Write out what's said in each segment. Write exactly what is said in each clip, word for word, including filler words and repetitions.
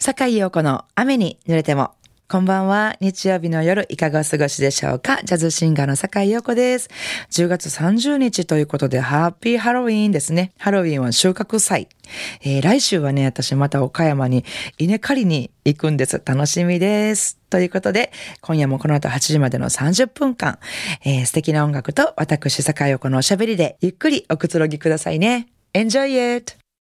坂井陽子の雨に濡れても。こんばんは。日曜日の夜いかがお過ごしでしょうか。ジャズシンガーの坂井陽子です。じゅうがつさんじゅうにちということでハッピーハロウィーンですね。ハロウィーンは収穫祭。えー、来週はね、私また岡山に稲刈りに行くんです。楽しみです。ということで、今夜もこの後はちじまでのさんじゅっぷんかん、えー、素敵な音楽と私坂井陽子のおしゃべりでゆっくりおくつろぎくださいね。Enjoy it!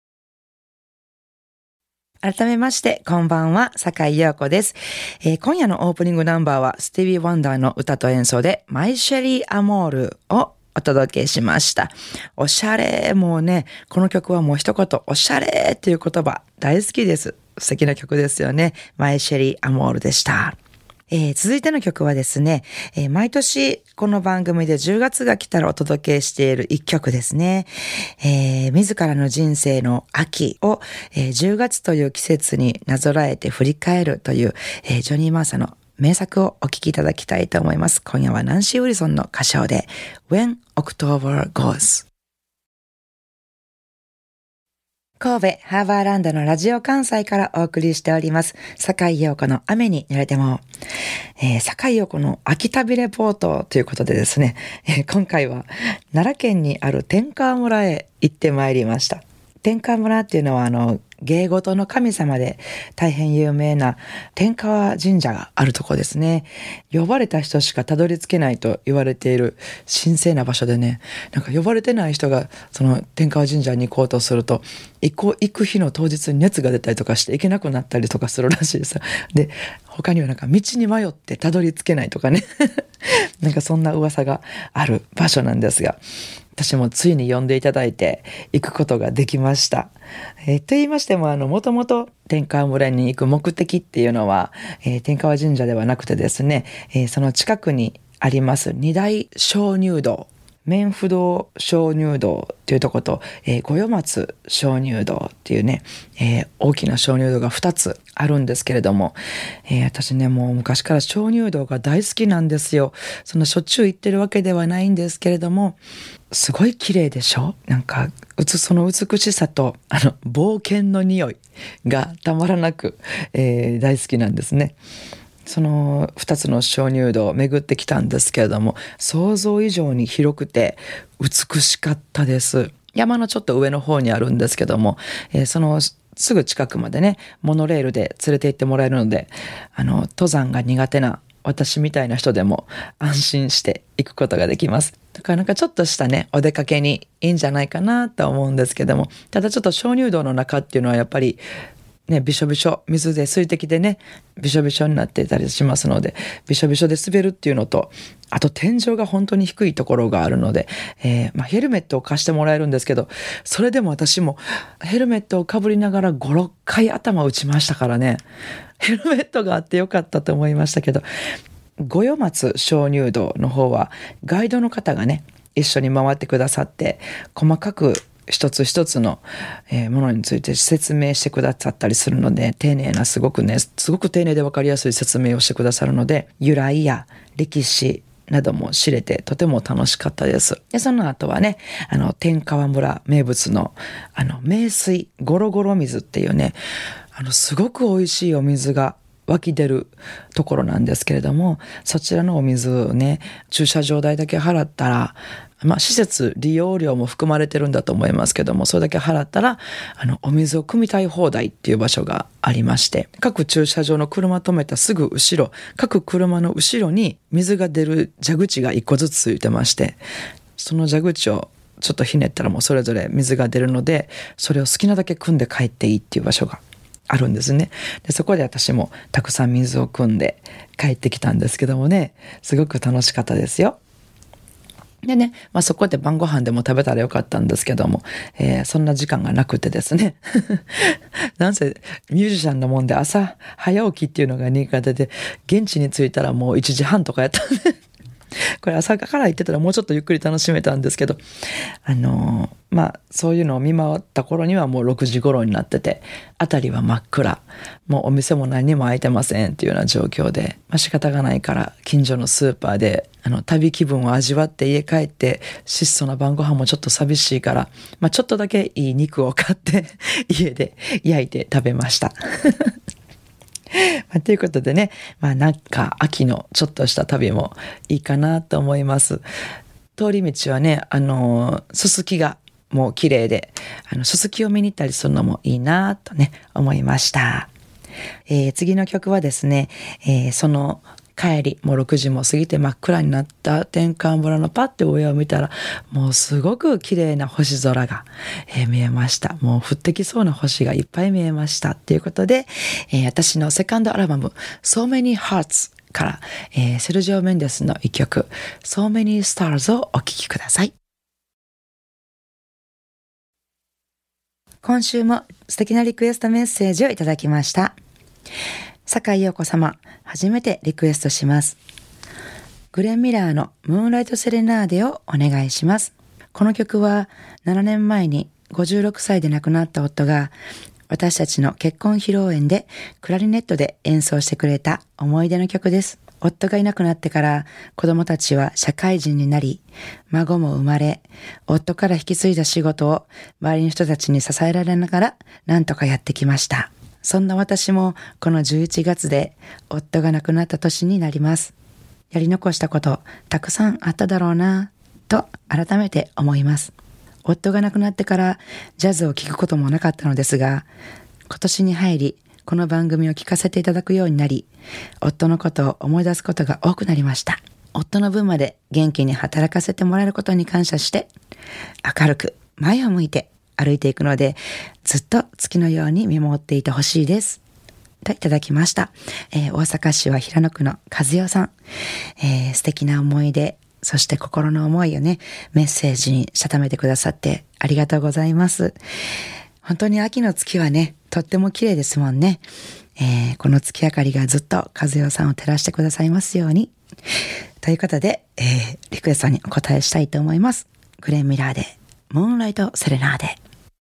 改めまして、こんばんは、坂井陽子です、えー。今夜のオープニングナンバーは、スティービー・ワンダーの歌と演奏で、マイ・シェリー・アモールをお届けしました。おしゃれ、もうね、この曲はもう一言、おしゃれっていう言葉、大好きです。素敵な曲ですよね。マイ・シェリー・アモールでした。えー、続いての曲はですね、えー、毎年この番組でじゅうがつが来たらお届けしている一曲ですね。えー、自らの人生の秋を、えー、じゅうがつという季節になぞらえて振り返るという、えー、ジョニー・マーサの名作をお聴きいただきたいと思います。今夜はナンシー・ウィルソンの歌唱で When October Goes。神戸ハーバーランドのラジオ関西からお送りしております坂井陽子の雨に濡れても、えー、坂井陽子の秋旅レポートということでですね、えー、今回は奈良県にある天川村へ行ってまいりました。天川村っていうのはあの芸事の神様で大変有名な天川神社があるとこですね。呼ばれた人しかたどり着けないと言われている神聖な場所でね、なんか呼ばれてない人がその天川神社に行こうとすると行こう行く日の当日に熱が出たりとかして行けなくなったりとかするらしいです。で、他にはなんか道に迷ってたどり着けないとかねなんかそんな噂がある場所なんですが、私もついに呼んでいただいて行くことができました。えー、と言いましても、あの、もともと天川村に行く目的っていうのは、えー、天川神社ではなくてですね、えー、その近くにあります二大鍾乳洞、面不動鍾乳洞っていうとこと、えー、五代松鍾乳洞っていうね、えー、大きな鍾乳洞がふたつあるんですけれども、えー、私ね、もう昔から鍾乳洞が大好きなんですよ。そのしょっちゅう行ってるわけではないんですけれども、すごい綺麗でしょ。なんかうつその美しさとあの冒険の匂いがたまらなく、えー、大好きなんですね。そのふたつの鍾乳洞を巡ってきたんですけれども、想像以上に広くて美しかったです。山のちょっと上の方にあるんですけども、えー、そのすぐ近くまでね、モノレールで連れて行ってもらえるので、あの登山が苦手な私みたいな人でも安心して行くことができます。だからなんかちょっとしたね、お出かけにいいんじゃないかなと思うんですけども、ただちょっと鍾乳洞の中っていうのはやっぱりね、びしょびしょ、水で水滴でね、びしょびしょになっていたりしますので、びしょびしょで滑るっていうのと、あと天井が本当に低いところがあるので、えーまあ、ヘルメットを貸してもらえるんですけど、それでも私もヘルメットをかぶりながらご、ろっかい頭打ちましたからね。ヘルメットがあってよかったと思いましたけど、五代松鍾乳洞の方はガイドの方がね、一緒に回ってくださって、細かく一つ一つのものについて説明してくださったりするので、丁寧な、すごくね、すごく丁寧で分かりやすい説明をしてくださるので、由来や歴史なども知れてとても楽しかったです。で、その後はね、あの天川村名物のあの名水ゴロゴロ水っていうね、あのすごく美味しいお水が湧き出るところなんですけれども、そちらのお水をね、駐車場代だけ払ったら、まあ施設利用料も含まれてるんだと思いますけども、それだけ払ったらあのお水を汲みたい放題っていう場所がありまして、各駐車場の車止めたすぐ後ろ、各車の後ろに水が出る蛇口がいっこずつついてまして、その蛇口をちょっとひねったらもうそれぞれ水が出るので、それを好きなだけ汲んで帰っていいっていう場所があるんですね。で、そこで私もたくさん水を汲んで帰ってきたんですけどもね、すごく楽しかったですよ。でね、まあ、そこで晩ご飯でも食べたらよかったんですけども、えー、そんな時間がなくてですねなんせミュージシャンのもんで朝早起きっていうのが苦手で、現地に着いたらもういちじはんとかやったんでこれ朝から行ってたらもうちょっとゆっくり楽しめたんですけど、あのー、まあそういうのを見回った頃にはもうろくじ頃になってて、辺りは真っ暗、もうお店も何にも開いてませんっていうような状況で、まあ、仕方がないから近所のスーパーであの旅気分を味わって家帰って、質素な晩ご飯もちょっと寂しいから、まあ、ちょっとだけいい肉を買って家で焼いて食べましたまあ、ということでね、まあなんか秋のちょっとした旅もいいかなと思います。通り道はね、あの、すすきがもう綺麗で、あの、すすきを見に行ったりするのもいいなとね、思いました。えー、次の曲はですね、えー、その帰り、もうろくじも過ぎて真っ暗になった天川村のパッて上を見たら、もうすごく綺麗な星空が、えー、見えました。もう降ってきそうな星がいっぱい見えましたっていうことで、えー、私のセカンドアルバム So Many Hearts から、えー、セルジオ・メンデスの一曲 So Many Stars をお聴きください。今週も素敵なリクエストメッセージをいただきました。坂井陽子様、初めてリクエストします。グレン・ミラーのムーンライト・セレナーデをお願いします。この曲はななねんまえにごじゅうろくさいで亡くなった夫が私たちの結婚披露宴でクラリネットで演奏してくれた思い出の曲です。夫がいなくなってから子供たちは社会人になり、孫も生まれ、夫から引き継いだ仕事を周りの人たちに支えられながら何とかやってきました。そんな私もこのじゅういちがつで夫が亡くなった年になります。やり残したことたくさんあっただろうなと改めて思います。夫が亡くなってからジャズを聴くこともなかったのですが、今年に入りこの番組を聞かせていただくようになり、夫のことを思い出すことが多くなりました。夫の分まで元気に働かせてもらえることに感謝して、明るく前を向いて歩いていくので、ずっと月のように見守っていてほしいです。といただきました。えー、大阪市は平野区の和代さん、えー、素敵な思い出、そして心の思いをね、メッセージにしたためてくださってありがとうございます。本当に秋の月はね、とっても綺麗ですもんね。えー、この月明かりがずっと和代さんを照らしてくださいますように。ということで、えー、リクエストにお答えしたいと思います。グレン・ミラーでムーンライト・セレナーデ。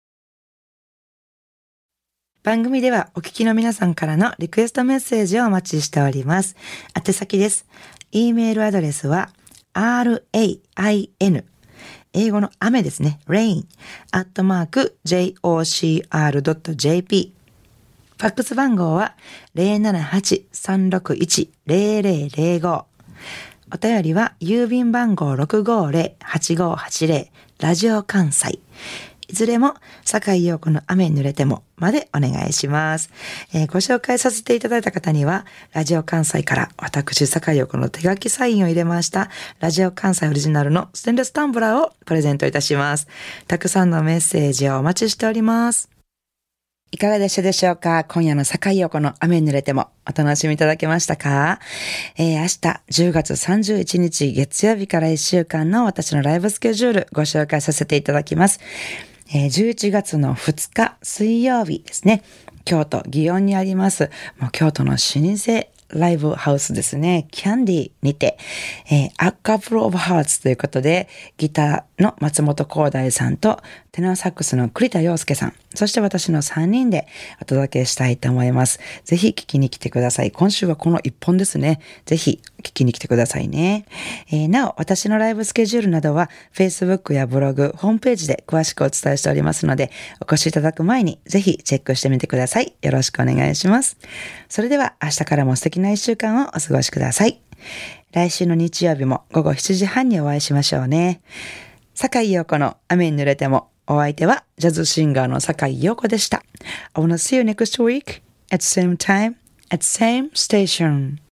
番組ではお聞きの皆さんからのリクエストメッセージをお待ちしております。宛先です。E メールアドレスは ライン、英語の雨ですね。rain アットマーク ジェイオーシーアールドットジェーピー。ファックス番号は ゼロななはち さんろくいち ゼロゼロゼロご。お便りは郵便番号 ろくごーゼロ はちごーはちゼロ ラジオ関西。いずれも坂井陽子の雨に濡れてもまでお願いします。えー、ご紹介させていただいた方にはラジオ関西から私坂井陽子の手書きサインを入れましたラジオ関西オリジナルのステンレスタンブラーをプレゼントいたします。たくさんのメッセージをお待ちしております。いかがでしたでしょうか。今夜の坂井陽子の雨に濡れてもお楽しみいただけましたか。えー、明日じゅうがつさんじゅういちにち月曜日からいっしゅうかんの私のライブスケジュールご紹介させていただきます。えー、じゅういちがつのふつか水曜日ですね。京都祇園にあります。もう京都の老舗ライブハウスですね。キャンディにて、えー、A Couple of Hearts ということで、ギターの松本光大さんとテナーサックスの栗田洋介さん、そして私のさんにんでお届けしたいと思います。ぜひ聞きに来てください。今週はこのいっぽんですね。ぜひ聞きに来てくださいね。えー、なお、私のライブスケジュールなどは Facebook やブログ、ホームページで詳しくお伝えしておりますので、お越しいただく前にぜひチェックしてみてください。よろしくお願いします。それでは明日からも素敵な一週間をお過ごしください。来週の日曜日もごごしちじはんにお会いしましょうね。坂井陽子の雨に濡れても、お相手はジャズシンガーの坂井陽子でした。I wanna see you next week at same time at same station.